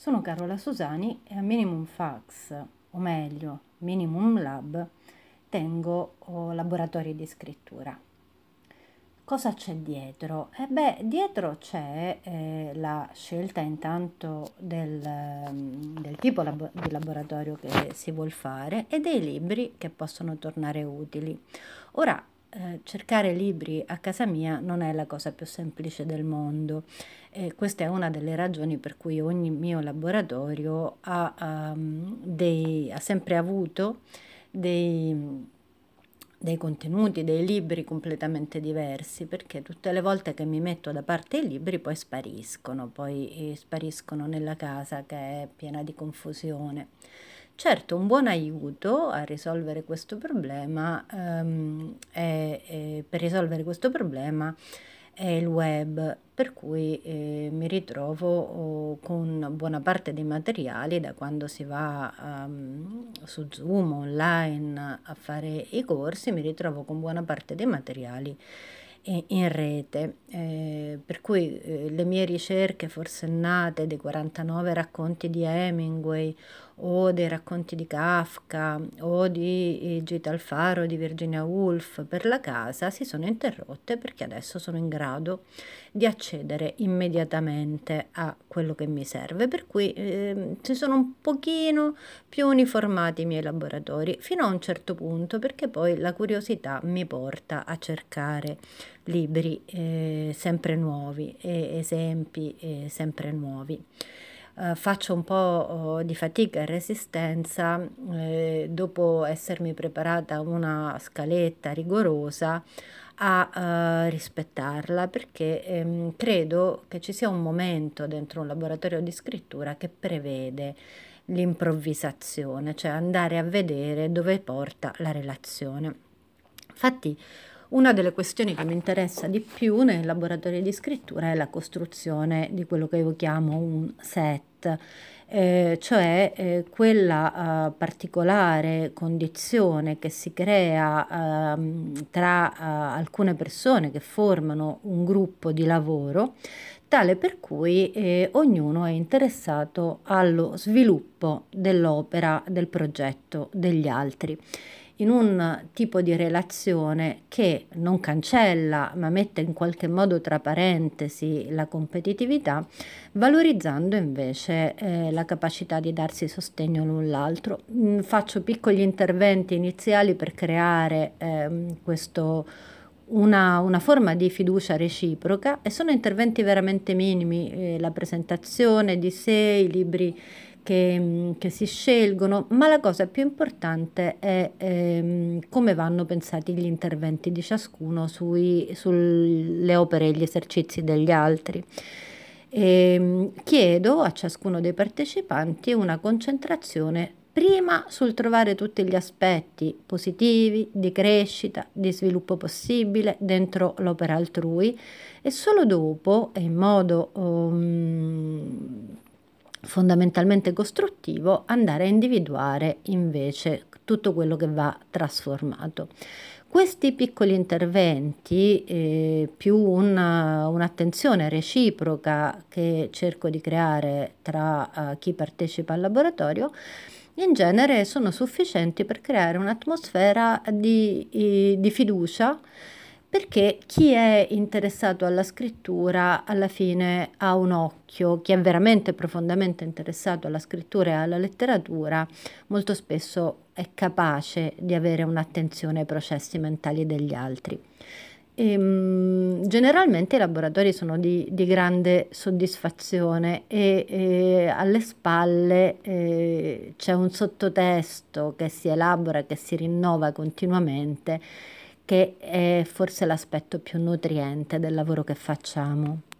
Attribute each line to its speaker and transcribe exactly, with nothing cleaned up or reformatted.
Speaker 1: Sono Carola Susani e a Minimum Fax, o meglio Minimum Lab, tengo oh, laboratori di scrittura. Cosa c'è dietro? Eh beh, dietro c'è eh, la scelta intanto del, mm, del tipo labo- di laboratorio che si vuol fare e dei libri che possono tornare utili. Ora, eh, cercare libri a casa mia non è la cosa più semplice del mondo. E questa è una delle ragioni per cui ogni mio laboratorio ha, um, dei, ha sempre avuto dei dei contenuti, dei libri completamente diversi, perché tutte le volte che mi metto da parte i libri poi spariscono, poi eh, spariscono nella casa che è piena di confusione. Certo, un buon aiuto a risolvere questo problema, ehm, è, è- per risolvere questo problema è il web, per cui eh, mi ritrovo oh, con buona parte dei materiali da quando si va ehm, su Zoom online a fare i corsi, mi ritrovo con buona parte dei materiali in, in rete, eh, per cui eh, le mie ricerche forsennate dei quarantanove racconti di Hemingway o dei racconti di Kafka o di Gita Alfaro, di Virginia Woolf per la casa si sono interrotte perché adesso sono in grado di accedere immediatamente a quello che mi serve, per cui eh, si sono un pochino più uniformati i miei laboratori fino a un certo punto, perché poi la curiosità mi porta a cercare libri eh, sempre nuovi e esempi eh, sempre nuovi. Uh, faccio un po' oh, di fatica e resistenza eh, dopo essermi preparata una scaletta rigorosa a uh, rispettarla, perché ehm, credo che ci sia un momento dentro un laboratorio di scrittura che prevede l'improvvisazione, cioè andare a vedere dove porta la relazione. Infatti, una delle questioni che mi interessa di più nei laboratori di scrittura è la costruzione di quello che io chiamo un set, eh, cioè eh, quella eh, particolare condizione che si crea ehm, tra eh, alcune persone che formano un gruppo di lavoro, tale per cui eh, ognuno è interessato allo sviluppo dell'opera, del progetto degli altri, in un tipo di relazione che non cancella, ma mette in qualche modo tra parentesi la competitività, valorizzando invece eh, la capacità di darsi sostegno l'un l'altro. Mm, faccio piccoli interventi iniziali per creare ehm, questo una, una forma di fiducia reciproca, e sono interventi veramente minimi, eh, la presentazione di sé, i libri che, che si scelgono, ma la cosa più importante è ehm, come vanno pensati gli interventi di ciascuno sui, sulle opere e gli esercizi degli altri. E chiedo a ciascuno dei partecipanti una concentrazione prima sul trovare tutti gli aspetti positivi di crescita, di sviluppo possibile dentro l'opera altrui, e solo dopo, e in modo um, fondamentalmente costruttivo, andare a individuare invece tutto quello che va trasformato. Questi piccoli interventi, eh, più una, un'attenzione reciproca che cerco di creare tra uh, chi partecipa al laboratorio, in genere sono sufficienti per creare un'atmosfera di, eh, di fiducia, perché chi è interessato alla scrittura alla fine ha un occhio, chi è veramente profondamente interessato alla scrittura e alla letteratura molto spesso è capace di avere un'attenzione ai processi mentali degli altri. E, mh, generalmente i laboratori sono di, di grande soddisfazione e, e alle spalle eh, c'è un sottotesto che si elabora, che si rinnova continuamente, che è forse l'aspetto più nutriente del lavoro che facciamo.